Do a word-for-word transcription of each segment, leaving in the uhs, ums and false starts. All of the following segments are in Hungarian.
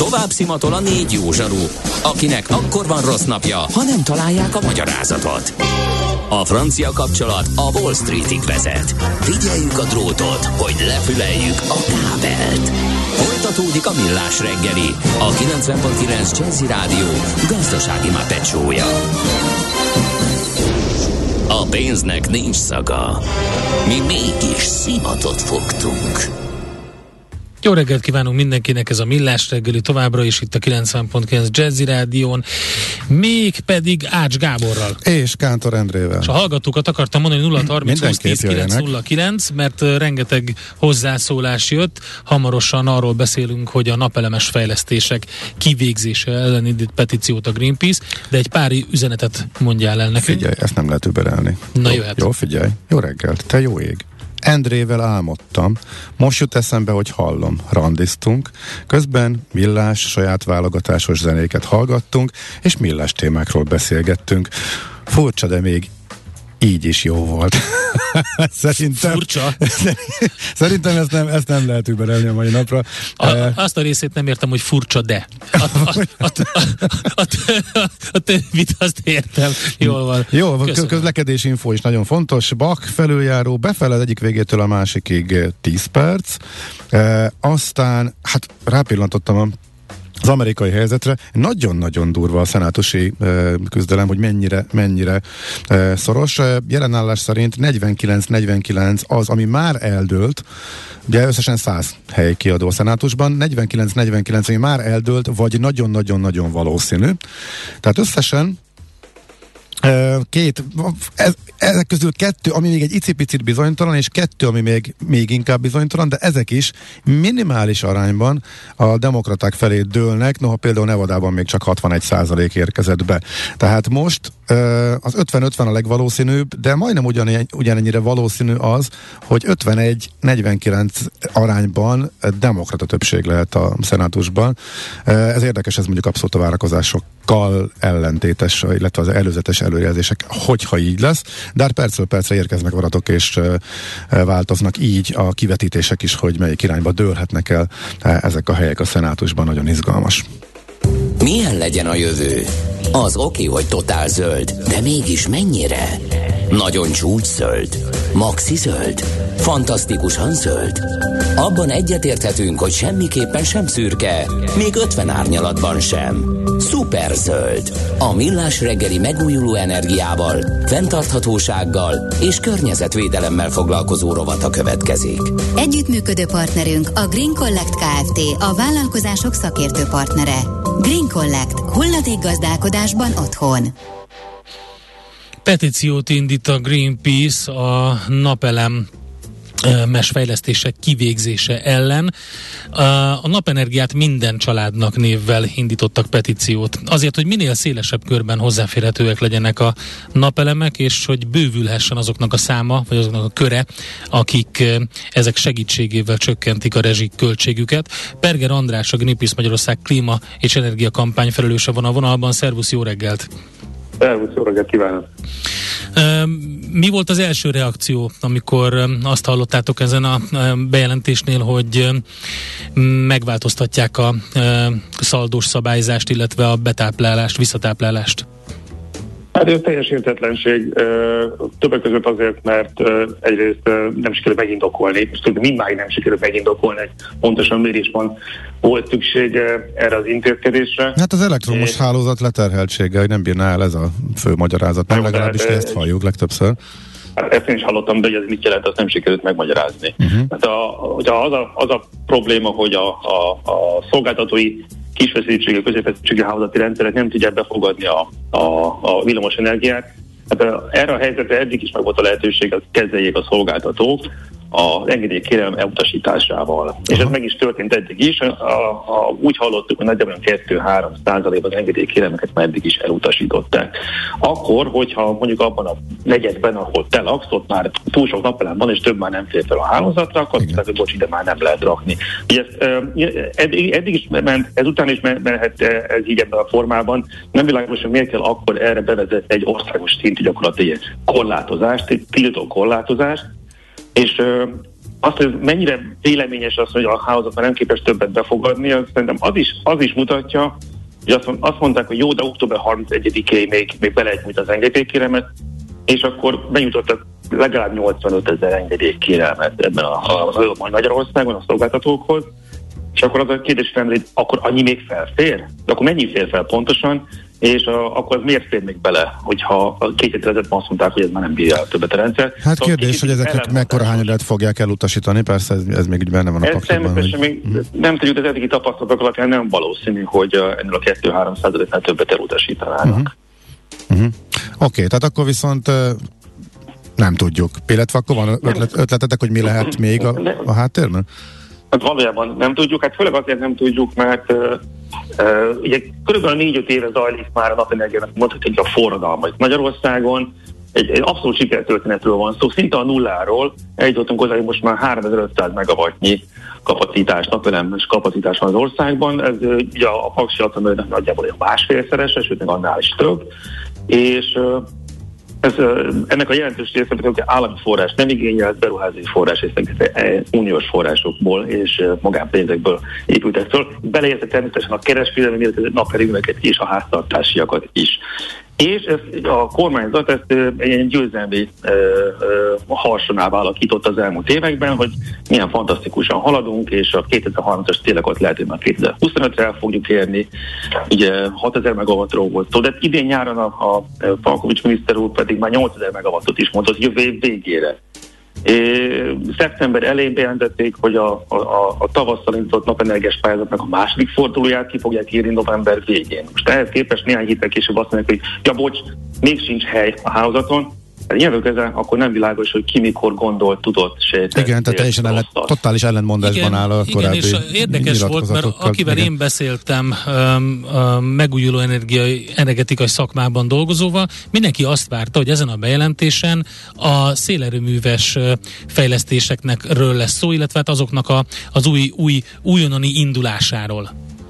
Tovább szimatol a négy jó zsaru, akinek akkor van rossz napja, ha nem találják a magyarázatot. A francia kapcsolat a Wall Streetig vezet. Figyeljük a drótot, hogy lefüleljük a kábelt. Folytatódik a Millás reggeli, a kilencven pont kilenc Jazzy Rádió gazdasági mápecsója. A pénznek nincs szaga. Mi mégis szimatot fogtunk. Jó reggelt kívánunk mindenkinek, ez a Millás reggeli továbbra is itt a kilencven pont kilenc Jazzy Rádión, még pedig Ács Gáborral. És Kántor Endrével. És a hallgatókat akartam mondani, hogy nulla harminc húsz tíz kilenc nulla kilenc, mert rengeteg hozzászólás jött. Hamarosan arról beszélünk, hogy a napelemes fejlesztések kivégzése ellen indít petíciót a Greenpeace, de egy pár üzenetet mondjál el nekünk. Figyelj, ezt nem lehet überelni. Na jó, jöhet. Jó, figyelj. Jó reggelt, te jó ég. Endrével álmodtam, most jut eszembe, hogy hallom, randiztunk, közben Millás saját válogatásos zenéket hallgattunk, és Millás témákról beszélgettünk. Furcsa, de még így is jó volt. Szerintem, Furcsa? Szerintem ezt nem, ezt nem lehet überelni a mai napra. A, azt a részét nem értem, hogy furcsa, de. A, a, a, a, a, a többit azt értem. Jól van. Jó, Köszönöm. Közlekedési info is nagyon fontos. Bak felüljáró befele az egyik végétől a másikig tíz perc. E, aztán, hát rápillantottam a az amerikai helyzetre. Nagyon-nagyon durva a szenátusi e, küzdelem, hogy mennyire, mennyire e, szoros. E, jelenállás szerint negyvenkilenc negyvenkilenc az, ami már eldőlt, ugye összesen száz hely kiadó a szenátusban, negyvenkilenc negyvenkilenc, ami már eldőlt, vagy nagyon-nagyon-nagyon valószínű. Tehát összesen két, ez, ezek közül kettő, ami még egy icipicit bizonytalan, és kettő, ami még, még inkább bizonytalan, de ezek is minimális arányban a demokraták felé dőlnek, noha például Nevadában még csak hatvanegy százalék érkezett be. Tehát most az ötven ötven a legvalószínűbb, de majdnem ugyan, ugyanennyire valószínű az, hogy ötvenegy negyvenkilenc arányban demokrata többség lehet a szenátusban. Ez érdekes, ez mondjuk abszolút a várakozásokkal ellentétes, illetve az előzetes előrejelzések, hogyha így lesz, de hát percről percre érkeznek adatok, és változnak így a kivetítések is, hogy melyik irányba dőlhetnek el ezek a helyek a szenátusban, nagyon izgalmas. Milyen legyen a jövő? Az oké, hogy totál zöld, de mégis mennyire? Nagyon csúcs zöld? Maxi zöld? Fantasztikusan zöld? Abban egyetérthetünk, hogy semmiképpen sem szürke, még ötven árnyalatban sem. Szuper zöld. A Millás reggeli megújuló energiával, fenntarthatósággal és környezetvédelemmel foglalkozó rovata következik. Együttműködő partnerünk a Green Collect Kft., a vállalkozások szakértő partnere. Green Collect. Hulladékgazdálkodásban otthon. Petíciót indít a Greenpeace a napelem mes fejlesztések kivégzése ellen. A napenergiát minden családnak névvel indítottak petíciót. Azért, hogy minél szélesebb körben hozzáférhetőek legyenek a napelemek, és hogy bővülhessen azoknak a száma, vagy azoknak a köre, akik ezek segítségével csökkentik a rezsik költségüket. Perger András, a Greenpeace Magyarország klíma és energia kampány felelőse van a vonalban. Szervusz, jó reggelt! Szervusz, jó reggelt kívánok! Mi volt az első reakció, amikor azt hallottátok ezen a bejelentésnél, hogy megváltoztatják a szaldós szabályzást, illetve a betáplálást, visszatáplálást? Hát ez teljes értetlenség, többek között azért, mert egyrészt nem sikerül megindokolni, és mindmáig nem sikerül megindokolni, pontosan mérésben volt szükség erre az intézkedésre. Hát az elektromos és... hálózat leterheltsége, hogy nem bírná el, ez a fő magyarázat, nem legalábbis de, ezt halljuk legtöbbször. Hát ezt én is hallottam, de hogy ez mit jelent, azt nem sikerült megmagyarázni. Uh-huh. Hát a, hogyha az, a, az a probléma, hogy a, a, a szolgáltatói kisfeszültségű, középfeszültségű hálózati rendszerek nem tudják befogadni a, a, a villamos energiát. Hát erre a helyzetre eddig is meg volt a lehetőség, hogy kezeljék a szolgáltatók az engedélykérelem elutasításával. Uh-huh. És ez meg is történt eddig is. A, a, úgy hallottuk, hogy nagyjából kettő-három százalékban az engedélykérelmeket már eddig is elutasították. Akkor, hogyha mondjuk abban a negyedben, ahol te laksz, ott már túl sok napelem van, és több már nem fér fel a hálózatra, akkor azt mondják, hogy bocs, ide már nem lehet rakni. Ugye ez, eddig, eddig is ment, ezután is mehet ez így ebben a formában. Nem világos, hogy miért kell akkor erre bevezetni egy országos szintű gyakorlatilag korlátozást, egy tiltó korlátozást, és azt, hogy mennyire véleményes az, hogy a hálózat már nem képes többet befogadni, az szerintem az is, az is mutatja, hogy azt, azt mondták, hogy jó, de október harmincegyedikéig még, még be lehet nyújtani az engedélykérelmet, és akkor benyújtottak legalább nyolcvanöt ezer engedélykérelmet ebben a, a, a, a Magyarországon a szolgáltatókhoz, és akkor az a kérdés felmerül, hogy akkor annyi még felfér? De akkor mennyi fér fel pontosan? És a, akkor az miért fér még bele, hogyha a két héttel ezelőtt azt mondták, hogy ez már nem bírja el többet a rendszer. Hát szóval kérdés, hogy ezeket mekkora hányadat fogják elutasítani, persze ez, ez még benne van a pakliban. Természetesen hogy... még uh-huh. nem tudjuk, az eddigi tapasztalatok alapján nem valószínű, hogy ennél a kettő-három százaléknál többet elutasítanának. Uh-huh. Uh-huh. Oké, okay, tehát akkor viszont uh, nem tudjuk. Illetve akkor van ötlet, ötletetek, hogy mi lehet még a, a háttérben? Hát valójában nem tudjuk, hát főleg azért nem tudjuk, mert uh, uh, ugye körülbelül négy-öt éve zajlik már a napenergiának, mondhatjuk a forradalma. Magyarországon egy, egy abszolút sikertörténetről van szó, szinte a nulláról eljutottunk hozzá, hogy most már háromezer-ötszáz megawattnyi kapacitás, napelemes kapacitás van az országban, ez ugye a paksi atomerőműnek nagyjából egy másfélszerese, sőt meg annál is több, és uh, Ez, ennek a jelentős része, hogy állami forrás nem igényelt, beruházási forrás, és uniós forrásokból és magánpénzekből épültek föl. Beleértve természetesen a kereskedelmi, illetve naperőműveket és a háztartásiakat is. És ezt, a kormányzat ezt egy ilyen győzelmi e, e, harsonál alakított az elmúlt években, hogy milyen fantasztikusan haladunk, és a kétezer-harmincas céleket lehet, hogy már kétezer-huszonötre el fogjuk érni. Ugye hatezer megawattról volt szó, de idén nyáron a, a Palkovics miniszter úr pedig már nyolcezer megawattot is mondott jövő év végére. É, szeptember elején bejelentették, hogy a, a, a tavasszal indított napenergiás pályázatnak a második fordulóját ki fogják írni november végén. Most ehhez képest néhány héttel később azt mondják, hogy ja bocs, még sincs hely a hálózaton. Tehát nyilván ezen akkor nem világos, hogy ki mikor gondolt, tudott sejteni. Igen, tehát teljesen ellen, totális ellentmondásban áll a korábbi igen, és érdekes volt, mert akivel igen. én beszéltem um, um, megújuló energia, energetikai szakmában dolgozóval, mindenki azt várta, hogy ezen a bejelentésen a szélerőműves fejlesztésekről lesz szó, illetve hát azoknak a, az új, új újonnani indulásáról.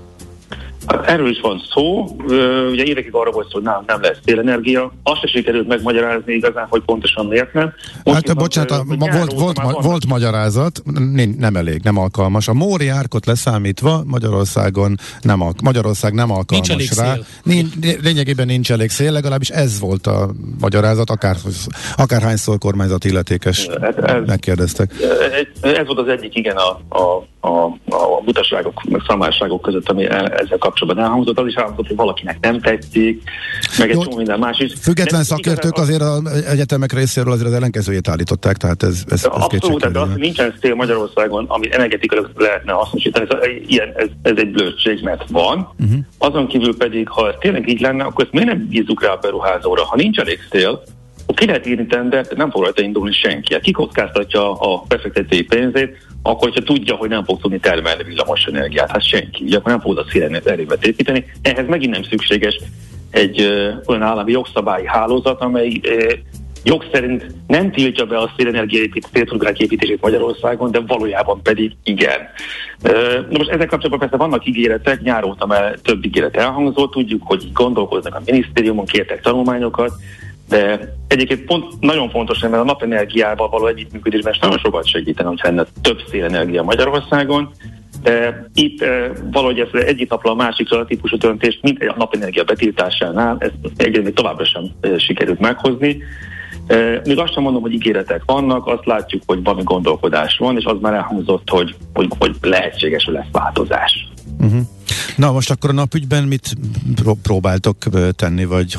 Erről is van szó, ugye évekig arra volt szó, hogy nem, nem lesz szélenergia. Azt se sikerült megmagyarázni igazán, hogy pontosan miért nem. Most hát bocsánat, a, ma, volt, volt, ma, volt magyarázat, nem elég, nem alkalmas. A Móri árkot leszámítva Magyarországon nem, al- Magyarország nem alkalmas nincs rá. Nincs, lényegében nincs elég szél, legalábbis ez volt a magyarázat, akár, akárhányszor kormányzat illetékes ez, ez, megkérdeztek. Ez, ez volt az egyik, igen, a, a, a, a butaságok, meg szamárságok között, ami ezzel kapcsolatban elhangzott, az is elhangzott, hogy valakinek nem tetszik, meg egy csomó minden más is. Független de szakértők azért az egyetemek részéről azért az ellenkezőjét állították, tehát ez, ez, ez abszolút, de az, hogy nincsen szél Magyarországon, ami energetikailag lehetne hasznosítani, ez, ilyen, ez, ez egy blödség, mert van. Uh-huh. Azon kívül pedig, ha ez tényleg így lenne, akkor ezt miért nem bízzuk rá a beruházóra? Ha nincs elég szél, akkor ki lehet írni tendert, nem fog rajta indulni senki. Ki kockáztatja a befektetői pénzét, akkor, hogyha tudja, hogy nem fog tudni termelni villamos energiát, hát senki, ugye akkor nem fogod a szélerőművet építeni. Ehhez megint nem szükséges egy ö, olyan állami jogszabályi hálózat, amely ö, jog szerint nem tiltja be a szélenergia építését Magyarországon, de valójában pedig igen. Ö, na most ezek kapcsolatban persze vannak ígéretek, nyár óta már több ígéret elhangzott, tudjuk, hogy gondolkoznak a minisztériumon, kértek tanulmányokat, de egyébként pont nagyon fontos, mert a napenergiával való együttműködésben is nagyon sokat segítene, hogyha lenne több szélenergia Magyarországon. De itt e, valahogy ez egyik napra a másikra a típusú döntést, mint a napenergia betiltásánál, ezt egyébként még továbbra sem e, sikerült meghozni. E, még azt sem mondom, hogy ígéretek vannak, azt látjuk, hogy valami gondolkodás van, és az már elhangzott, hogy, hogy, hogy lehetséges, hogy lesz változás. Uh-huh. Na most akkor a napügyben mit próbáltok tenni, vagy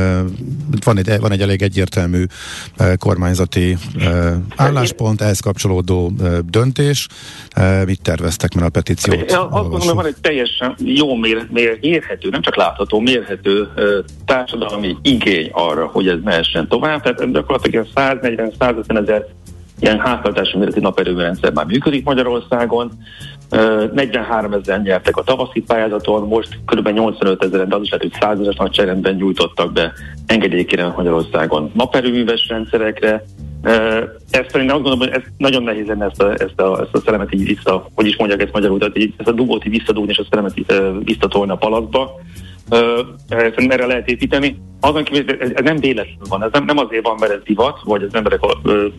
van egy, van egy elég egyértelmű kormányzati álláspont, ehhez kapcsolódó döntés. Mit terveztek, mert a petíciót Én azt gondolom, hogy van egy teljesen jó mér, mér, mérhető, nem csak látható, mérhető társadalmi igény arra, hogy ez mehessen tovább. Tehát gyakorlatilag száznegyven-százötven ezer ilyen háztartási méretű naperőműrendszer már működik Magyarországon. negyvenhárom ezeren nyertek a tavaszi pályázaton, most kb. nyolcvanöt ezeren, de az is lehet, hogy száz ezer nagyságrendben nyújtottak be engedélykérelmet Magyarországon naperőműves rendszerekre. Ezt szerintem azt gondolom, hogy ez nagyon nehéz lenne ezt a, ezt a, ezt a szelemet így vissza, hogy is mondják ezt magyarul, tehát így, ezt a dugót így visszadugni és a szelemet így, visszatolni a palacba. Szerintem erre lehet építeni. Azon kívül ez, ez nem véletlenül van, ez nem, nem azért van, mert ez divat, vagy az emberek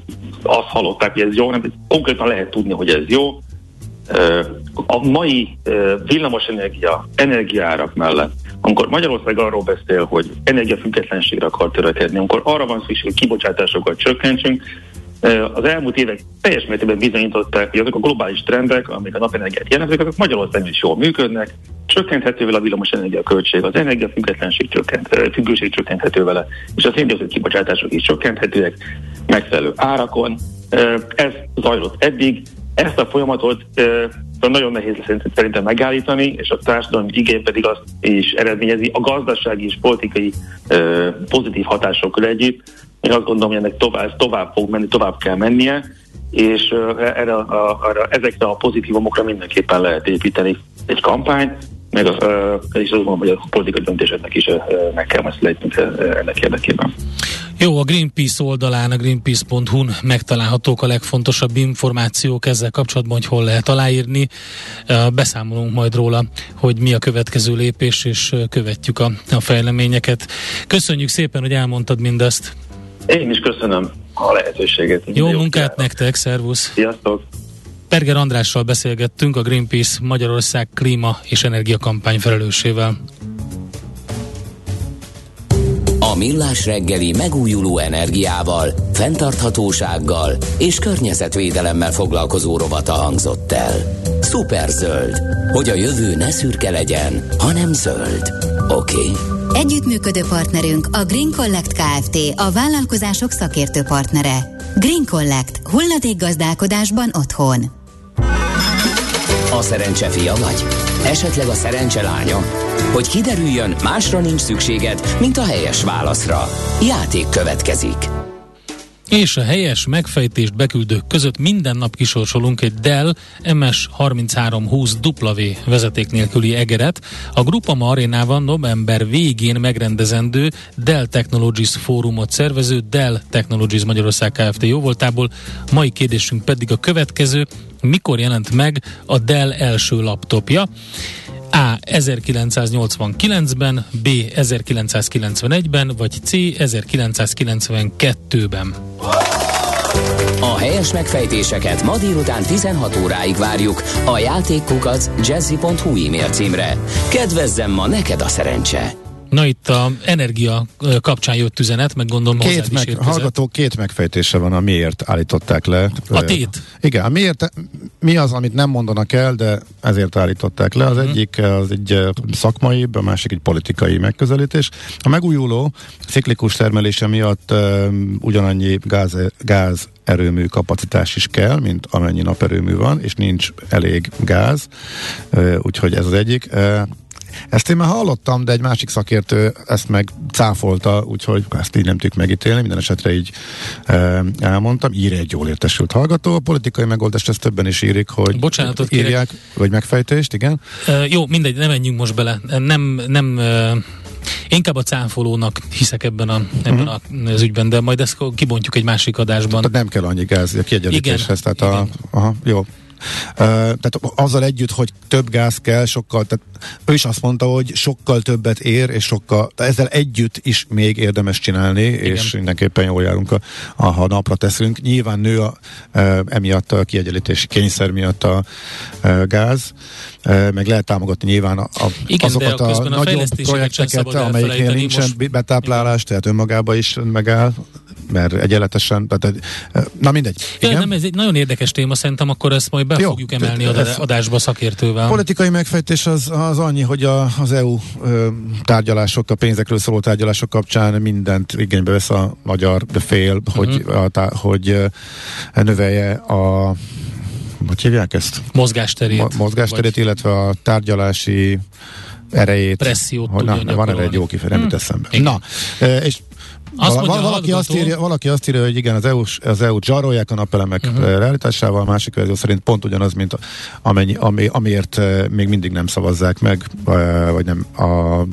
azt hallották, hogy ez jó, nem konkrétan lehet tudni, hogy ez jó. A mai villamosenergia, energiaárak mellett, amikor Magyarország arról beszél, hogy energiafüggetlenségre akar törekedni, amikor arra van szükség, hogy kibocsátásokat csökkentsünk, az elmúlt évek teljes mértékben bizonyították, hogy azok a globális trendek, amik a napenergiát jelentik, azok Magyarországon is jól működnek, csökkenthető vele a villamosenergia költség, az energiafüggetlenség csökkent, függőség csökkenthető vele, és a széndioxid kibocsátások is csökkenthetőek megfelelő árakon. Ez zajlott eddig, ezt a folyamatot nagyon nehéz szerintem megállítani, és a társadalmi igény pedig azt is eredményezi a gazdasági és politikai pozitív hatásokkal együtt. Én azt gondolom, hogy ennek tovább, tovább fog menni, tovább kell mennie, és erre, a, erre, ezekre a pozitívumokra mindenképpen lehet építeni egy kampányt, meg az, és azt gondolom, hogy a politikai döntéseknek is meg kell ezt lejtnünk ennek érdekében. Jó, a Greenpeace oldalán, a greenpeace pont hu-n megtalálhatók a legfontosabb információk ezzel kapcsolatban, hogy hol lehet aláírni. Beszámolunk majd róla, hogy mi a következő lépés, és követjük a, a fejleményeket. Köszönjük szépen, hogy elmondtad mindezt. Én is köszönöm a lehetőséget. Jó munkát járok nektek, szervusz! Sziasztok! Perger Andrással beszélgettünk, a Greenpeace Magyarország klíma és energiakampány felelősével. A Millás reggeli megújuló energiával, fenntarthatósággal és környezetvédelemmel foglalkozó rovata hangzott el. Szuperzöld, hogy a jövő ne szürke legyen, hanem zöld. Oké? Okay. Együttműködő partnerünk a Green Collect Kft., a vállalkozások szakértő partnere. Green Collect. Hulladékgazdálkodásban otthon. A szerencse fia vagy? Esetleg a szerencse lánya? Hogy kiderüljön, másra nincs szükséged, mint a helyes válaszra. Játék következik. És a helyes megfejtést beküldők között minden nap kisorsolunk egy Dell em es harminchárom húsz dupla vé vezeték nélküli egeret. A Groupama Arénában november végén megrendezendő Dell Technologies fórumot szervező Dell Technologies Magyarország Kft. Jóvoltából. Mai kérdésünk pedig a következő: mikor jelent meg a Dell első laptopja? A. ezerkilencszáznyolcvankilencben, B. ezerkilencszázkilencvenegyben, vagy C. ezerkilencszázkilencvenkettőben. A helyes megfejtéseket ma délután tizenhat óráig várjuk a játékkukac jazzy pont hu e-mail címre. Kedvezzem ma neked a szerencse! Na, itt a energia kapcsán jött üzenet, meg gondolom két hozzád meg, is érkezett. Hallgató két megfejtése van, a miért állították le. A tét? Igen, a miért, mi az, amit nem mondanak el, de ezért állították le. Az uh-huh. egyik az egy szakmaibb, a másik egy politikai megközelítés. A megújuló ciklikus termelése miatt uh, ugyanannyi gáz, gáz erőmű kapacitás is kell, mint amennyi naperőmű van, és nincs elég gáz, uh, úgyhogy ez az egyik. Uh, Ezt én már hallottam, de egy másik szakértő ezt meg cáfolta, úgyhogy ezt így nem tudjuk megítélni, minden esetre így e, elmondtam. Ír egy jól értesült hallgató, a politikai megoldást ezt többen is írik, hogy Bocsánatot írják, kérek. Vagy megfejtést, igen. E, jó, mindegy, nem menjünk most bele. Nem, nem e, inkább a cáfolónak hiszek ebben, a, ebben uh-huh. az ügyben, de majd ezt kibontjuk egy másik adásban. Tehát nem kell annyi gáz a kiegyenlítéshez, tehát igen. a, aha, jó. Uh, tehát azzal együtt, hogy több gáz kell, sokkal, tehát ő is azt mondta, hogy sokkal többet ér, és sokkal, ezzel együtt is még érdemes csinálni, igen. És mindenképpen jól járunk, a, a, ha napra teszünk. Nyilván nő a, e, emiatt a kiegyenlítési kényszer miatt a e, gáz, e, meg lehet támogatni nyilván a, a, igen, azokat a, a nagyobb projekteket, amelyiknél nincsen most betáplálás, tehát önmagában is megáll, mert egyenletesen, tehát, na mindegy. Ja, nem, ez egy nagyon érdekes téma, szerintem akkor ezt majd be Jó, fogjuk emelni az adásba szakértővel. A politikai megfejtés az, az annyi, hogy a, az é u ö, tárgyalások, a pénzekről szóló tárgyalások kapcsán mindent igénybe vesz a magyar fél, uh-huh. hogy, a, tá, hogy ö, növelje a hogy hívják ezt? Mozgásterét. Mo- mozgásterét, vagy... illetve a tárgyalási erejét. Pressziót hogy, tudja na, van erre egy jó kifejezés, nem jut eszembe. Na, és Azt Val- mondja, valaki, azt írja, valaki azt írja, hogy igen, az é u, az é u zsarolják a napelemek uh-huh. realitásával, a másik verzió szerint pont ugyanaz, mint amennyi, ami, amiért még mindig nem szavazzák meg, vagy nem a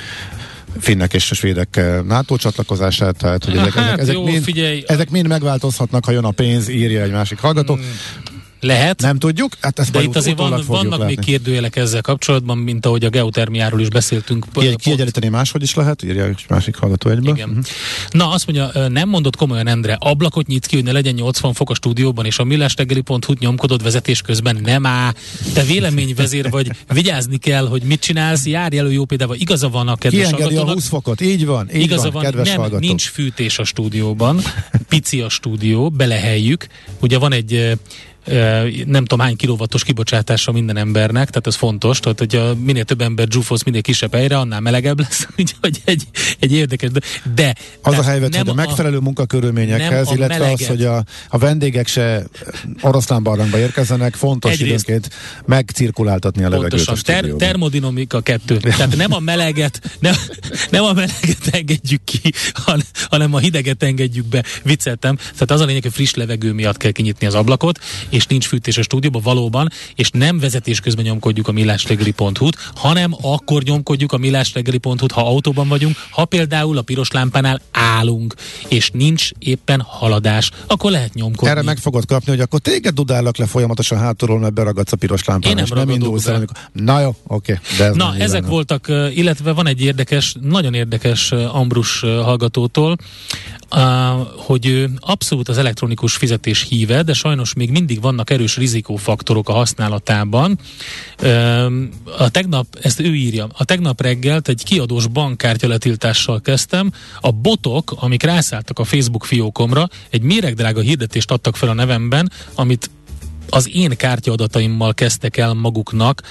finnek és a svédek NATO csatlakozását, tehát hogy ezek, hát, ezek, ezek, jó, mind, figyelj. ezek mind megváltozhatnak, ha jön a pénz, írja egy másik hallgató. Hmm. Lehet. Nem tudjuk, hát ezt de itt azért van, vannak látni. Még kérdőjelek ezzel kapcsolatban, mint ahogy a geotermiáról is beszéltünk. Kiegyenlíteni máshogy is lehet, írja egy másik hallgató egyből. Igen. Uh-huh. Na, azt mondja, nem mondott komolyan, Endre, ablakot nyitsz ki, hogy ne legyen nyolcvan fok a stúdióban, és a millásreggeli pont hu-t nyomkodod vezetés közben. Nem á, te véleményvezér vagy, vigyázni kell, hogy mit csinálsz, járj elő jó példával. Igaza van a kedves hallgatónak. Kiengedi a húsz fokot, így van, így Igaza van, van, kedves nem, hallgató. Nincs fűtés a stúdióban, pici a stúdió, belehelljük. Ugye van egy nem tudom hány kilovattos kibocsátása minden embernek, tehát ez fontos, tehát hogyha minél több ember zsúfolsz minél kisebb helyre, annál melegebb lesz, úgyhogy egy, egy érdekes, de az a helyzet, hogy a megfelelő munkakörülményekhez, illetve meleget. Az, hogy a, a vendégek se oroszlánbarlangba érkezzenek, fontos egyrészt időnként megcirkuláltatni a levegőt a ter- termodinamika kettő, tehát nem a meleget nem, nem a meleget engedjük ki, hanem a hideget engedjük be, vicceltem, tehát az a lényeg, hogy friss levegő miatt kell kinyitni az ablakot, és nincs fűtés a stúdióban valóban, és nem vezetés közben nyomkodjuk a millásreggeli pont hu-t, hanem akkor nyomkodjuk a millásreggeli pont hu-t, ha autóban vagyunk, ha például a piros lámpánál állunk, és nincs éppen haladás, akkor lehet nyomkodni. Erre meg fogod kapni, hogy akkor téged dudállak le folyamatosan hátulról, mert beragadsz a piros lámpánál, és nem indulsz el, amikor... Na jó, oké. Okay, Na, ezek nyilván voltak, illetve van egy érdekes, nagyon érdekes Ambrus hallgatótól, hogy ő abszolút az elektronikus fizetés híve, de sajnos még mindig vannak erős rizikófaktorok a használatában. A tegnap, ezt ő írja, a tegnap reggelt egy kiadós bankkártya letiltással kezdtem. A botok, amik rászálltak a Facebook fiókomra, egy méregdrága hirdetést adtak fel a nevemben, amit az én kártyaadataimmal kezdtek el maguknak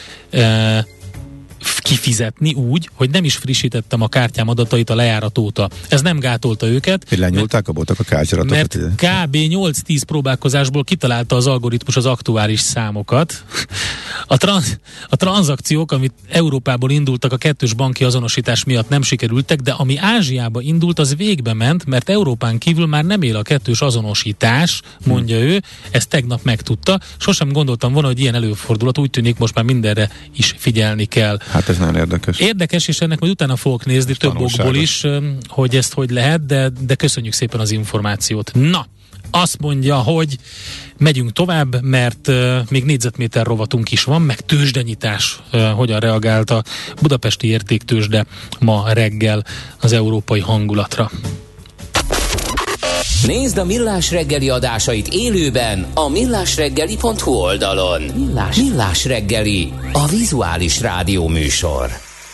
kifizetni úgy, hogy nem is frissítettem a kártyám adatait a lejárat óta. Ez nem gátolta őket. Hogy lenyúlták a botok a kártyaratokat? Mert kb. nyolc-tíz próbálkozásból kitalálta az algoritmus az aktuális számokat. A, transz, a tranzakciók, amit Európából indultak, a kettős banki azonosítás miatt nem sikerültek, de ami Ázsiába indult, az végbe ment, mert Európán kívül már nem él a kettős azonosítás, mondja hmm. ő, ezt tegnap megtudta. Sosem gondoltam volna, hogy ilyen előfordulhat, úgy tűnik, most már mindenre is figyelni kell. Hát ez nagyon érdekes. Érdekes, és ennek majd utána fogok nézni több okból is, hogy ezt hogy lehet, de, de köszönjük szépen az információt. Na, azt mondja, hogy megyünk tovább, mert uh, még négyzetméter rovatunk is van, meg tőzsdenyítás, uh, hogyan reagált a budapesti értéktőzsde ma reggel az európai hangulatra. Nézd a Millás reggeli adásait élőben a millásreggeli pont hu oldalon. Millás, Millás reggeli, a vizuális rádió műsor.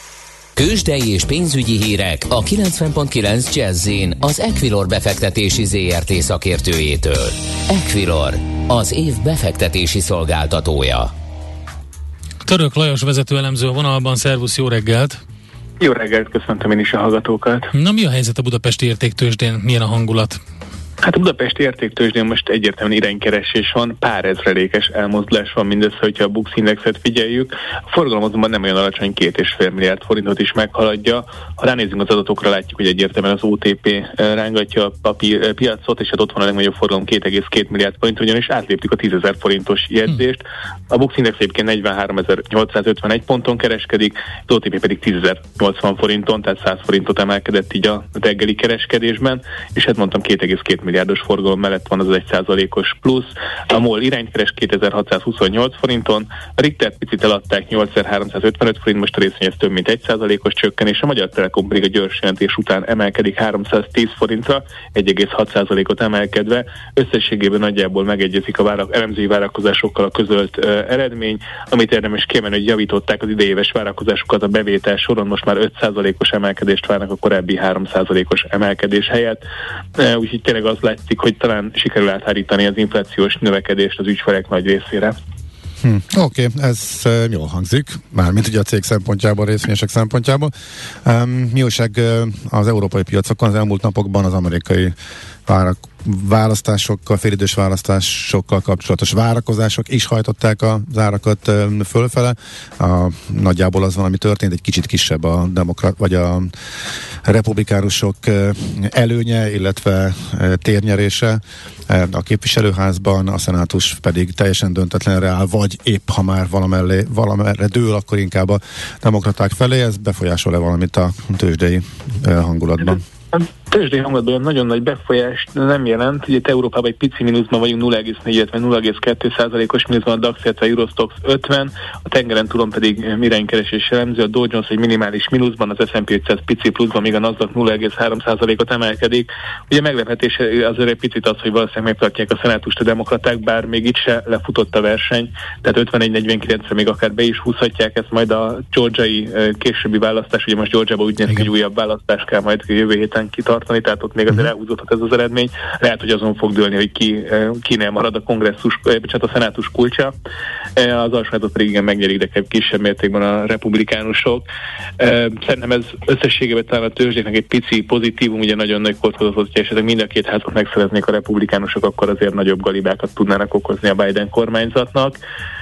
Kősdei és pénzügyi hírek a kilencven pont kilenc Jazz-in az Equilor befektetési zé er té szakértőjétől. Equilor, az év befektetési szolgáltatója. Török Lajos vezető elemző a vonalban, szervusz, jó reggelt! Jó reggelt, köszöntöm én is a hallgatókat! Na, mi a helyzet a budapesti értéktőzsdén? Milyen a hangulat? Hát a budapesti értéktőzsdén most egyértelműen iránykeresés van, pár ezrelékes elmozdulás van mindössze, hogyha a Bux Indexet figyeljük. A forgalom azonban nem olyan alacsony, két és fél milliárd forintot is meghaladja. Ha ránézünk az adatokra, látjuk, hogy egyértelműen az o té pé rángatja a papír piacot, és hát ott van a legnagyobb forgalom, két egész két milliárd forint, ugyanis átléptük a tízezer forintos jegyzést. A Bux Index egyébként negyvenháromezer-nyolcszázötvenegy ponton kereskedik, az o té pé pedig tízezer-nyolcvan forinton, tehát száz forintot emelkedett így a reggeli kereskedésben, és hát mondtam, két egész két milliárdos forgalom mellett van az egy százalékos plusz. A MOL irányt keres kétezer-hatszázhuszonnyolc forinton, a Richtert picit eladták nyolcezer-háromszázötvenöt forint, most a részvény ez több mint egy százalékos csökkenés, a Magyar Telekom pedig a gyors jelentés után emelkedik háromszáztíz forintra, egy egész hat százalékot emelkedve. Összességében nagyjából megegyezik a várak, elemzői várakozásokkal a közölt uh, eredmény, amit érdemes kiemelni, hogy javították az idejéves várakozásokat a bevétel soron, most már öt százalékos emelkedést várnak a korábbi három százalékos emelkedés helyett. Uh, úgyhogy tényleg az látszik, hogy talán sikerül áthárítani az inflációs növekedést az ügyfelek nagy részére. Hm, Oké, okay, ez uh, jól hangzik, mármint ugye a cég szempontjából, a részvényesek szempontjából. Um, mi újság uh, az európai piacokon az elmúlt napokban az amerikai várak, választásokkal, félidős választásokkal kapcsolatos várakozások is hajtották az árakat uh, fölfele. A, nagyjából az van, ami történt, egy kicsit kisebb a demokrat, vagy a republikánusok uh, előnye, illetve uh, térnyerése uh, a képviselőházban, a szenátus pedig teljesen döntetlenre áll, vagy épp ha már valamellé, valamerre dől, akkor inkább a demokraták felé. Ez befolyásol-e valamit a tőzsdei uh, hangulatban? Tőzsdei hangulatban nagyon nagy befolyást nem jelent. Ugye itt Európában egy pici mínuszban vagyunk, nulla egész négy, illetve nulla egész kettő százalékos mínuszban a DAX, illetve a Eurostoxx ötven, a tengeren túlon pedig iránykeresés jellemző, a Dow Jones egy minimális mínuszban, az es and pé ötszáz pici pluszban, míg a Nasdaq nulla egész három százalékot emelkedik. Ugye meglepetés azért egy picit az, hogy valószínűleg megtartják a szenátust a demokraták, bár még itt se lefutott a verseny, tehát ötvenegy negyvenkilencre még akár be is húzhatják ezt majd a georgiai későbbi választás, ugye most Georgiában úgy néz ki, hogy újabb választás kell majd jövő héten kitartani, tehát ott még azért uh-huh. elhúzódhat ez az eredmény. Lehet, hogy azon fog dőlni, hogy ki, kinél marad a kongresszus, bocsánat, a szenátus kulcsa. Az alsóházatot pedig igen megnyerik, de kisebb mértékben a republikánusok. Szerintem ez összességében talán a tőzsdéknek egy pici pozitívum, ugye nagyon nagy kockázatot, hogyha esetleg mind a két házat megszereznék a republikánusok, akkor azért nagyobb galibákat tudnának okozni a Biden kormányzatnak.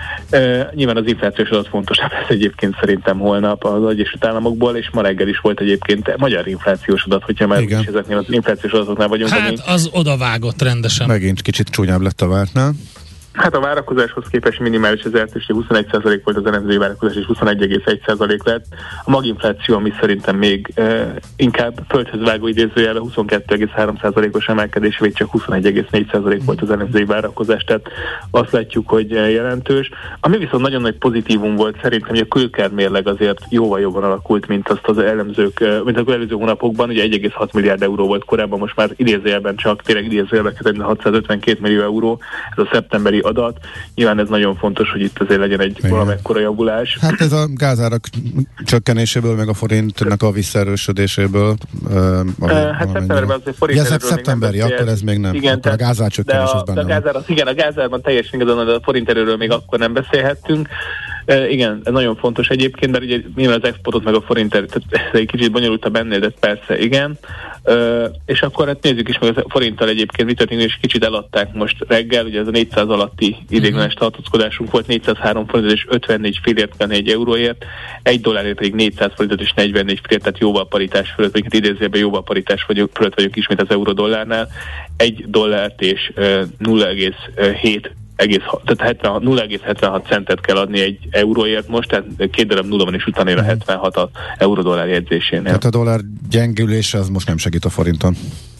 Uh, nyilván az inflációs adat fontos, ez egyébként szerintem holnap az Egyesült Államokból, és ma reggel is volt egyébként magyar inflációs adat, hogyha már is ezeknél az inflációs adatoknál vagyunk. Hát ami... az odavágott rendesen. Megint kicsit csúnyább lett a vártnál. Hát a várakozáshoz képest minimális az eltőség, huszonegy százalék volt az elemzői várakozás, és huszonegy egész egy százalék lett. A maginfláció, ami szerintem még e, inkább földhöz vágó idézőjelben huszonkettő egész három százalékos emelkedés, vagy csak huszonegy egész négy százalék volt az elemzői várakozás, tehát azt látjuk, hogy jelentős. Ami viszont nagyon nagy pozitívum volt szerintem, hogy a külker mérleg azért jóval jobban alakult, mint azt az elemzők, mint az előző hónapokban, ugye egy egész hat milliárd euró volt korábban, most már idézőjelben csak, tényleg idézőjelben hatszázötvenkét millió euró, ez a szeptemberi adat. Nyilván ez nagyon fontos, hogy itt azért legyen egy valamekkora javulás. Hát ez a gázárak csökkenéséből, meg a forintnak a visszaerősödéséből. Uh, hát szeptemberben azért forint erőről szeptemberi, akkor ez még nem. Igen, akkor a gázár csökkenés az benne a gázár, igen, a gázárban teljesen igazán, a forint erőről még akkor nem beszélhettünk. Uh, igen, ez nagyon fontos egyébként, de ugye nyilván az exportot meg a forint erőt, tehát ez egy kicsit bonyolultabb ennél, de persze igen. Uh, és akkor hát nézzük is meg a forinttal egyébként, mit történik, és kicsit eladták most reggel, ugye ez a négyszáz alatti idéglenes tartózkodásunk volt, négyszázhárom forintot és ötvennégy fillért kell négy euróért, egy dollárért pedig négyszáz forintot és negyvennégy fillért, tehát jóval paritás fölött, vagy idézőjelben jóval paritás vagyok, fölött vagyok ismét az euró-dollárnál, egy dollárt és uh, nulla egész hét egész, tehát nulla egész hetvenhat centet kell adni egy euróért most, tehát két darab nulla van, és utána ér a hetvenhat a euró-dollár jegyzésénél. Tehát a dollár gyengülése az most nem segít a forinton.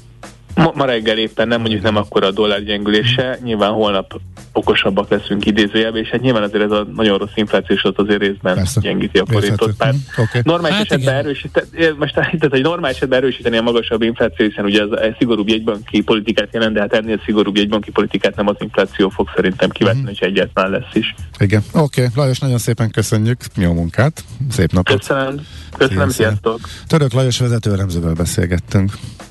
Ma, ma reggel éppen nem, mondjuk nem akkora a dollár gyengülése, nyilván holnap okosabbak leszünk idézőjelben, és hát nyilván azért ez a nagyon rossz inflációs adat azért részben persze gyengíti a forintot. Okay. Normális hát esetben erősíteni, most tehát egy normális esetben erősíteni a magasabb infláció, hiszen ugye ez a szigorúbb jegybanki politikát jelent, de hát ennél szigorúbb jegybanki politikát nem az infláció fog szerintem kivetni, uh-huh. hogy egyáltalán lesz is. Igen, oké. Okay. Lajos, nagyon szépen köszönjük, jó munkát, szép napot. Köszönöm, köszönöm, sziasztok. Török Lajos vezető elemzővel beszélgettünk.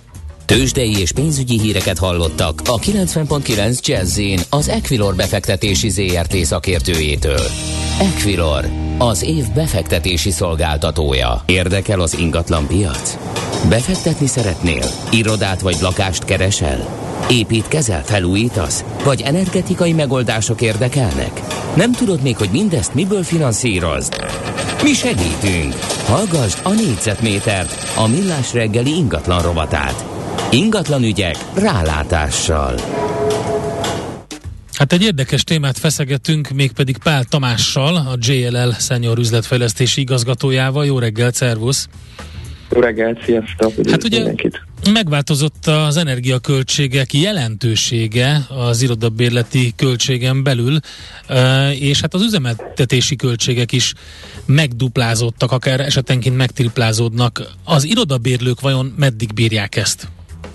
Tőzsdei és pénzügyi híreket hallottak a kilencven pont kilenc Jazz-in az Equilor befektetési zé er té szakértőjétől. Equilor, az év befektetési szolgáltatója. Érdekel az ingatlan piac? Befektetni szeretnél? Irodát vagy lakást keresel? Építkezel, felújítasz? Vagy energetikai megoldások érdekelnek? Nem tudod még, hogy mindezt miből finanszírozd? Mi segítünk! Hallgasd a négyzetmétert, a Millás reggeli ingatlan rovatát. Ingatlan ügyek rálátással. Hát egy érdekes témát feszegetünk, mégpedig Pál Tamással, a jé el el Senior üzletfejlesztési igazgatójával. Jó reggelt, szervusz! Jó reggelt, sziasztok! Hát ugye mindenkit. Megváltozott az energiaköltségek jelentősége az irodabérleti költségen belül, és hát az üzemeltetési költségek is megduplázódtak, akár esetenként megtriplázódnak. Az irodabérlők vajon meddig bírják ezt?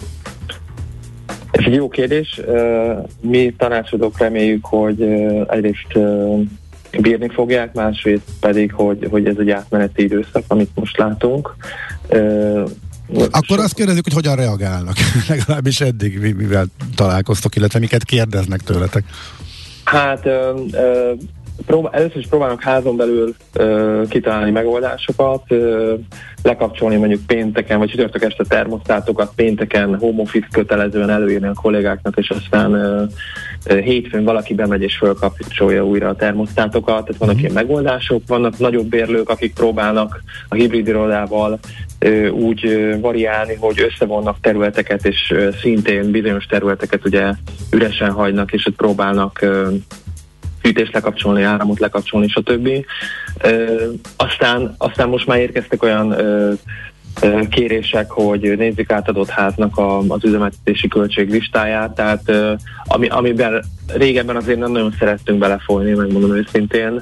Ez egy jó kérdés. Mi tanácsadók reméljük, hogy egyrészt bírni fogják, másrészt pedig, hogy, hogy ez egy átmeneti időszak, amit most látunk. Akkor so... azt kérdezzük, hogy hogyan reagálnak. Legalábbis eddig mivel találkoztok, illetve miket kérdeznek tőletek. Hát ö, ö, próbál, először is próbálnak házon belül ö, kitalálni megoldásokat, ö, lekapcsolni mondjuk pénteken, vagy csütörtök este termosztátokat, pénteken home office kötelezően előírni a kollégáknak, és aztán ö, ö, hétfőn valaki bemegy és fölkapcsolja újra a termosztátokat, tehát vannak mm. ilyen megoldások, vannak nagyobb bérlők, akik próbálnak a hibrid irodával ö, úgy ö, variálni, hogy összevonnak területeket, és ö, szintén bizonyos területeket ugye üresen hagynak, és ott próbálnak ö, fűtést lekapcsolni, áramot lekapcsolni, stb. Ö, aztán, aztán most már érkeztek olyan ö, kérések, hogy nézzük át adott háznak a, az üzemeltetési költséglistáját, tehát ami, amiben régebben azért nem nagyon szerettünk belefolyni, megmondom őszintén.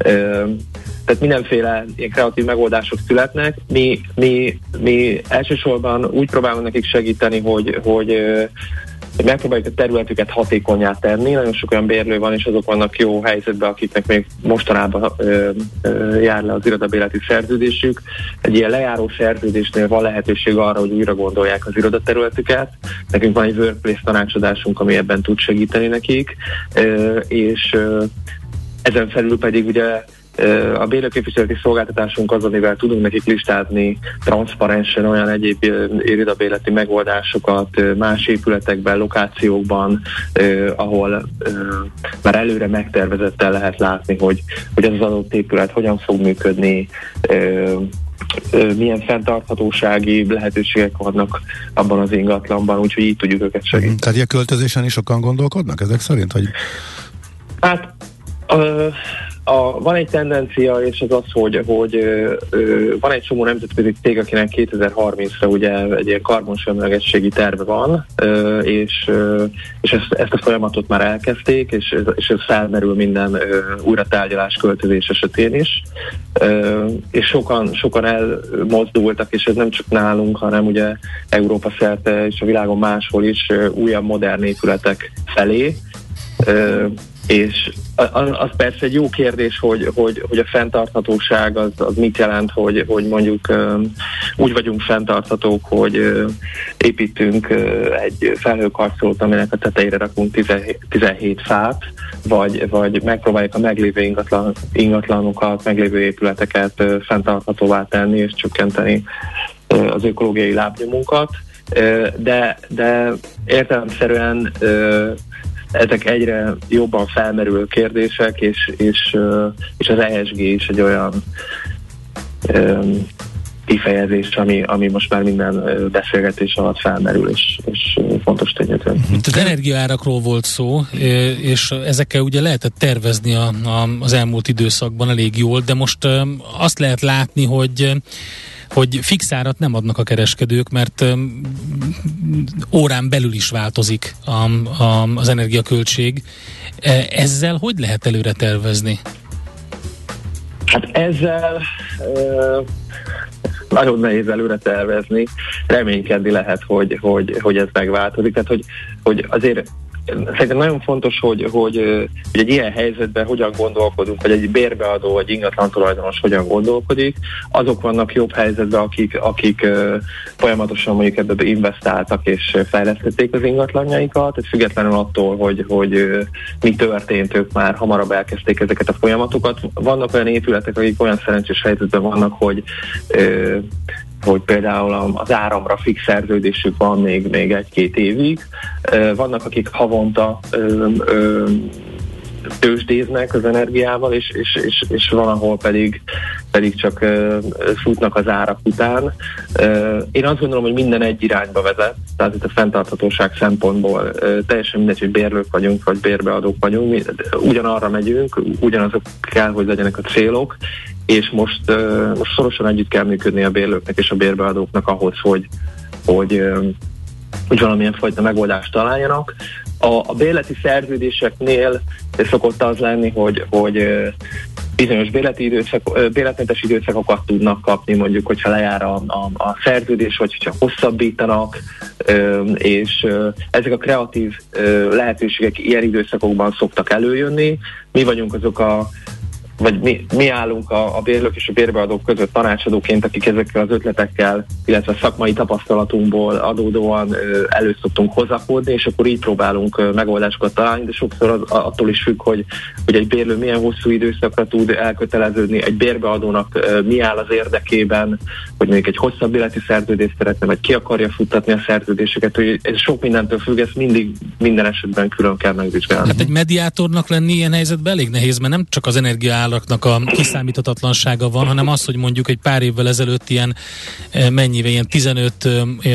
Tehát mindenféle ilyen kreatív megoldások születnek. Mi, mi, mi elsősorban úgy próbálunk nekik segíteni, hogy, hogy hogy megpróbáljuk a területüket hatékonnyá tenni. Nagyon sok olyan bérlő van, és azok vannak jó helyzetben, akiknek még mostanában ö, ö, jár le az irodabérleti szerződésük. Egy ilyen lejáró szerződésnél van lehetőség arra, hogy újra gondolják az irodaterületüket. Nekünk van egy workplace tanácsadásunk, ami ebben tud segíteni nekik, ö, és ö, ezen felül pedig ugye a bérlőképviseleti szolgáltatásunk az, amivel tudunk nekik listázni transzparensen olyan egyéb irodabérleti megoldásokat más épületekben, lokációkban, eh, ahol eh, már előre megtervezettel lehet látni, hogy, hogy az az adott épület hogyan fog működni, eh, milyen fenntarthatósági lehetőségek vannak abban az ingatlanban, úgyhogy így tudjuk őket segíteni. Tehát a költözésen is sokan gondolkodnak ezek szerint? Hogy... Hát uh, A, van egy tendencia, és az az, hogy, hogy ö, ö, van egy csomó nemzetközi cég, akinek kétezer-harmincra ugye egy ilyen karbonsemlegességi terve van, ö, és, ö, és ezt, ezt a folyamatot már elkezdték, és, és ez felmerül minden ö, újratárgyalás költözés esetén is. Ö, és sokan, sokan elmozdultak, és ez nem csak nálunk, hanem ugye Európa szerte és a világon máshol is ö, újabb modern épületek felé. Ö, és az, az persze egy jó kérdés, hogy, hogy, hogy a fenntarthatóság az, az mit jelent, hogy, hogy mondjuk um, úgy vagyunk fenntarthatók, hogy uh, építünk uh, egy felhőkarcolót, aminek a tetejére rakunk tizenhét fát, vagy, vagy megpróbáljuk a meglévő ingatlan, ingatlanokat, meglévő épületeket uh, fenntarthatóvá tenni és csökkenteni uh, az ökológiai lábnyomunkat. Uh, de, de értelemszerűen uh, ezek egyre jobban felmerülő kérdések, és, és, és az E S G is egy olyan um, kifejezés, ami, ami most már minden beszélgetés alatt felmerül, és, és fontos tényező. Az energiaárakról volt szó, és ezekkel ugye lehetett tervezni a, a, az elmúlt időszakban elég jól, de most azt lehet látni, hogy hogy fix árat nem adnak a kereskedők, mert um, órán belül is változik a, a, az energiaköltség. Ezzel hogy lehet előre tervezni? Hát ezzel uh, nagyon nehéz előre tervezni. Reménykedni lehet, hogy, hogy, hogy ez megváltozik. Tehát, hogy, hogy azért szerintem nagyon fontos, hogy, hogy, hogy egy ilyen helyzetben hogyan gondolkodunk, vagy egy bérbeadó, vagy ingatlan tulajdonos hogyan gondolkodik. Azok vannak jobb helyzetben, akik, akik uh, folyamatosan mondjuk ebbe investáltak és fejlesztették az ingatlanjaikat, tehát függetlenül attól, hogy, hogy uh, mi történt, ők már hamarabb elkezdték ezeket a folyamatokat. Vannak olyan épületek, akik olyan szerencsés helyzetben vannak, hogy uh, hogy például az áramra fix szerződésük van még, még egy-két évig. Vannak, akik havonta ö, ö, tőzsdéznek az energiával, és, és, és, és van, ahol pedig, pedig csak ö, futnak az árak után. Ö, én azt gondolom, hogy minden egy irányba vezet, tehát itt a fenntarthatóság szempontból ö, teljesen mindegy, hogy bérlők vagyunk, vagy bérbeadók vagyunk, mi, ugyanarra megyünk, ugyanazok kell, hogy legyenek a célok, és most, uh, most szorosan együtt kell működni a bérlőknek és a bérbeadóknak ahhoz, hogy, hogy, uh, hogy valamilyen fajta megoldást találjanak. A, a bérleti szerződéseknél szokott az lenni, hogy, hogy uh, bizonyos bérleti időszak, uh, bérletmentes időszakokat tudnak kapni, mondjuk, hogyha lejár a, a, a szerződés, vagy hogyha hosszabbítanak, uh, és uh, ezek a kreatív uh, lehetőségek ilyen időszakokban szoktak előjönni. Mi vagyunk azok a vagy mi, mi állunk a, a bérlők és a bérbeadók között tanácsadóként, akik ezekkel az ötletekkel, illetve szakmai tapasztalatunkból adódóan ö, elő szoktunk hozakodni, és akkor így próbálunk ö, megoldásokat találni, de sokszor az, attól is függ, hogy, hogy egy bérlő milyen hosszú időszakra tud elköteleződni, egy bérbeadónak ö, mi áll az érdekében, hogy még egy hosszabb életi szerződést szeretne, vagy ki akarja futtatni a szerződéseket, hogy ez sok mindentől függ, ezt mindig minden esetben külön kell megvizsgálni. Hát egy mediátornak lenni ilyen helyzetben elég nehéz, mert nem csak az energia áraknak a kiszámíthatatlansága van, hanem az, hogy mondjuk egy pár évvel ezelőtt ilyen mennyivel, ilyen tizenöt,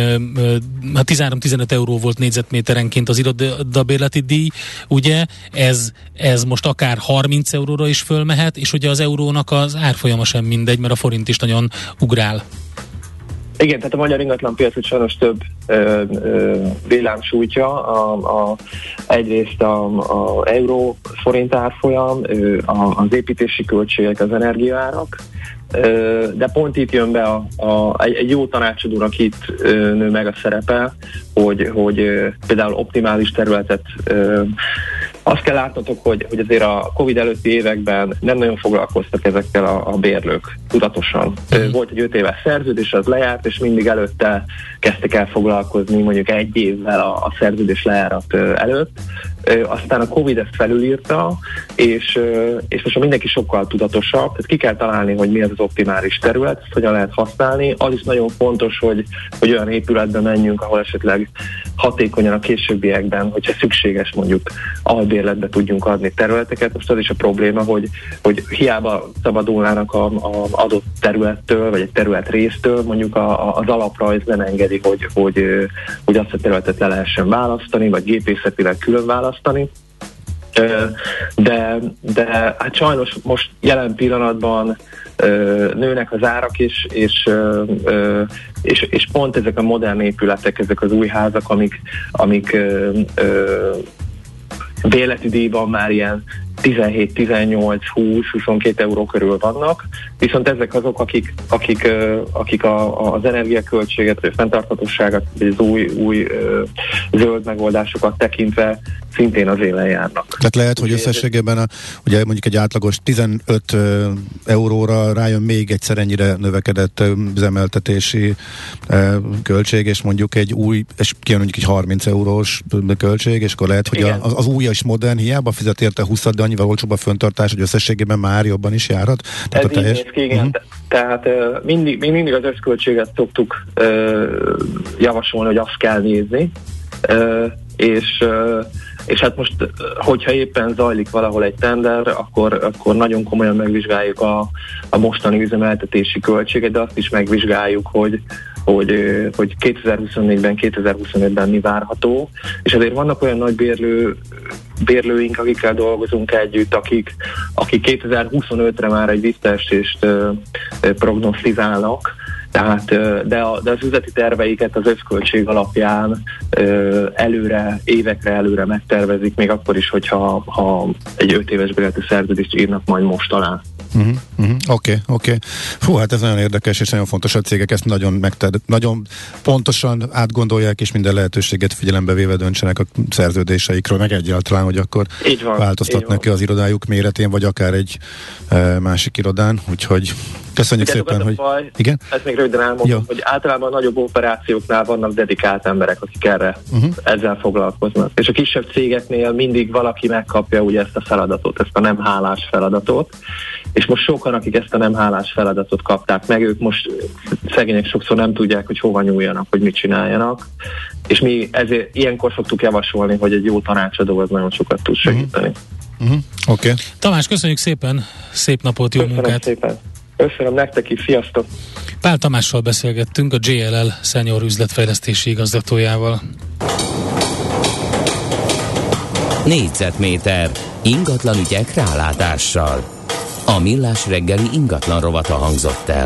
tizenhárom-tizenöt euró volt négyzetméterenként az irodabérleti díj, ugye, ez, ez most akár harminc euróra is fölmehet, és ugye az eurónak az árfolyama sem mindegy, mert a forint is nagyon ugrál. Igen, tehát a magyar ingatlanpiacot sajnos több ö, ö, villám sújtja. A, a, egyrészt a, a euró forint árfolyam, ö, a, az építési költségek, az energiaárak, ö, de pont itt jön be a, a, egy, egy jó tanácsadónak itt ö, nő meg a szerepe, hogy, hogy ö, például optimális területet ö, azt kell látnotok, hogy, hogy azért a Covid előtti években nem nagyon foglalkoztak ezekkel a, a bérlők tudatosan. Mm. Volt egy öt éves szerződés, az lejárt, és mindig előtte kezdtek el foglalkozni, mondjuk egy évvel a, a szerződés lejárat előtt. Aztán a Covid ezt felülírta, és, és most mindenki sokkal tudatosabb, tehát ki kell találni, hogy mi az az optimális terület, ezt hogyan lehet használni. Az is nagyon fontos, hogy, hogy olyan épületbe menjünk, ahol esetleg hatékonyan a későbbiekben, hogyha szükséges mondjuk albérletbe tudjunk adni területeket. Most az is a probléma, hogy, hogy hiába szabadulnának a, a adott területtől, vagy egy terület résztől, mondjuk a, a, az alaprajz nem engedi, hogy, hogy, hogy azt a területet le lehessen választani, vagy gépészetileg külön választani. De, de hát sajnos most jelen pillanatban nőnek az árak is, és, és, és pont ezek a modern épületek, ezek az új házak, amik, amik bérleti díjban már ilyen tizenhét, tizennyolc, húsz, huszonkét euró körül vannak, viszont ezek azok, akik, akik, akik a, az energiaköltséget, vagy a fenntarthatóságot, vagy az új, új zöld megoldásokat tekintve szintén az élen járnak. Tehát lehet, hogy összességében a, ugye mondjuk egy átlagos tizenöt euróra rájön még egyszer ennyire növekedett üzemeltetési költség, és mondjuk egy új, és kijön mondjuk egy harminc eurós költség, és akkor lehet, hogy a, az, az új és modern hiába fizet érte húszat, de annyival olcsóbb a fönntartás, hogy összességében már jobban is járhat. Tehát ez a teljes... így néz ki, igen. Uh-huh. Tehát uh, mindig, mi mindig az összköltséget szoktuk uh, javasolni, hogy azt kell nézni, uh, és uh, és hát most, hogyha éppen zajlik valahol egy tender, akkor, akkor nagyon komolyan megvizsgáljuk a, a mostani üzemeltetési költséget, de azt is megvizsgáljuk, hogy, hogy, hogy kétezer-huszonnégyben, kétezer-huszonötben mi várható, és azért vannak olyan nagy bérlő, bérlőink, akikkel dolgozunk együtt, akik, akik kétezer-huszonötre már egy visszaesést prognosztizálnak, tehát, de, a, de az üzleti terveiket az összköltség alapján ö, előre, évekre előre megtervezik, még akkor is, hogyha ha egy öt éves bérleti szerződést írnak majd most alá. Oké, uh-huh, uh-huh. oké. Okay, okay. Fú, hát ez nagyon érdekes, és nagyon fontos, a cégek ezt nagyon megter- nagyon pontosan átgondolják, és minden lehetőséget figyelembe véve döntsenek a szerződéseikről, meg egyáltalán, hogy akkor van, változtatnak-e az irodájuk méretén, vagy akár egy e, másik irodán, úgyhogy köszönjük igen, szépen, hogy... Baj, igen? Ezt még röviden elmondom, ja. hogy általában a nagyobb operációknál vannak dedikált emberek, akik erre uh-huh. ezzel foglalkoznak. És a kisebb cégeknél mindig valaki megkapja ugye ezt a feladatot, ezt a nem hálás feladatot, és most sokan, akik ezt a nem hálás feladatot kapták meg, ők most szegények sokszor nem tudják, hogy hova nyúljanak, hogy mit csináljanak, és mi ezért ilyenkor szoktuk javasolni, hogy egy jó tanácsadó az nagyon sokat tud segíteni. Uh-huh. Uh-huh. Oké. Okay. Tamás, köszönjük szépen, szép napot, jó Köszönöm munkát! Szépen. Köszönöm nektek is, sziasztok! Pál Tamással beszélgettünk, a jé el el senior üzletfejlesztési igazgatójával. Négyzetméter ingatlan ügyek rálátással. A Millás reggeli ingatlan rovata hangzott el.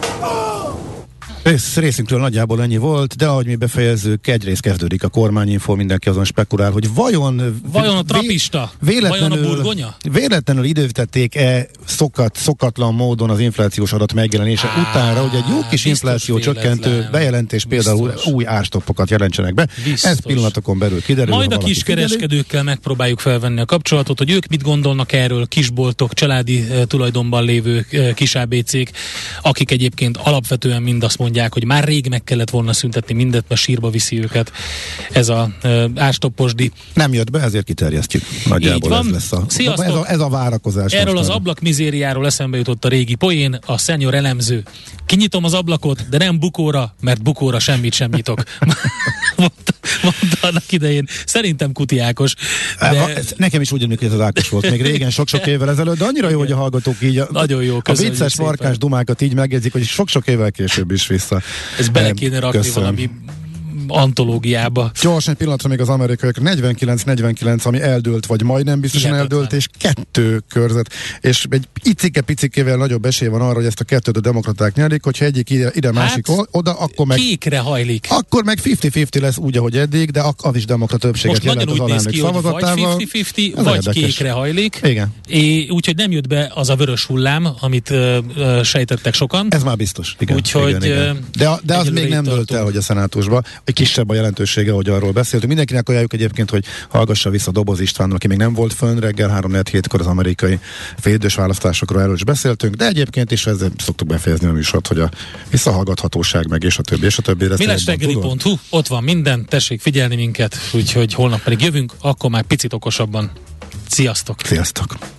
Rész, részünkről nagyjából ennyi volt, de ahogy mi befejezzük, egyrészt kezdődik a kormányinfo, mindenki azon spekulál, hogy vajon... Vajon a trapista? Vajon a burgonya? Véletlenül időzítették-e szokat, szokatlan módon az inflációs adat megjelenése Á, utánra, hogy egy jó kis infláció csökkentő bejelentés például biztos. Új árstoppokat jelentsenek be. Biztos. Ez pillanatokon belül kiderül. Majd a kiskereskedőkkel megpróbáljuk felvenni a kapcsolatot, hogy ők mit gondolnak erről, kisboltok, családi uh, tulajdonban lévő uh, kis á bé cék, akik egyébként alapvetően mind azt mondják, hogy már rég meg kellett volna szüntetni mindet, mert sírba viszi őket ez a uh, árstopposdi. Nem jött be, ezért kiterjesztjük. Nagyjából ez lesz a, ez a, ez a várakozás. Erről az ablak mizériáról eszembe jutott a régi poén, a senior elemző. Kinyitom az ablakot, de nem bukóra, mert bukóra semmit sem nyitok. mondta, mondta annak idején. Szerintem Kuti Ákos. De... Nekem is úgy emlék, hogy ez az Ákos volt még régen, sok-sok évvel ezelőtt, de annyira jó, hogy a hallgatók így a, nagyon jó, a vicces markás dumákat így megjegyzik, hogy sok-sok évvel később is vissza. Ez bele kéne rakni valami antológiába. Gyorsan egy pillanatra még az amerikaiak negyvenkilenc negyvenkilenc, ami eldőlt, vagy majdnem biztosan Hihetetlen. eldőlt, és kettő körzet. És egy icike-picikével nagyobb esély van arra, hogy ezt a kettőt a demokraták nyerik, hogyha egyik ide, ide másik Hát, oda, akkor meg kékre hajlik. akkor meg fifty-fifty lesz úgy, ahogy eddig, de az is demokrata többséget Most jelent nagyon az úgy néz alelnök ki, hogy vagy szavazatával. fifty-fifty, Ez vagy érdekes. kékre hajlik. Igen. É, úgyhogy nem jött be az a vörös hullám, amit ö, ö, sejtettek sokan. Ez már biztos. Igen. Úgyhogy, igen, igen. De, de az még nem dölt el, hogy a szenátusban, hogy kisebb a jelentősége, hogy arról beszéltünk. Mindenkinek ajánljuk egyébként, hogy hallgassa vissza Doboz Istvánnal, aki még nem volt fönn, reggel három négy hétkor az amerikai félidős választásokról erről is beszéltünk, de egyébként is ezzel szoktuk befejezni a műsort, hogy a visszahallgathatóság meg és a többi, és a többi. millásreggeli pont hu, ott van minden, tessék figyelni minket, úgyhogy holnap pedig jövünk, akkor már picit okosabban. Sziasztok! Sziasztok!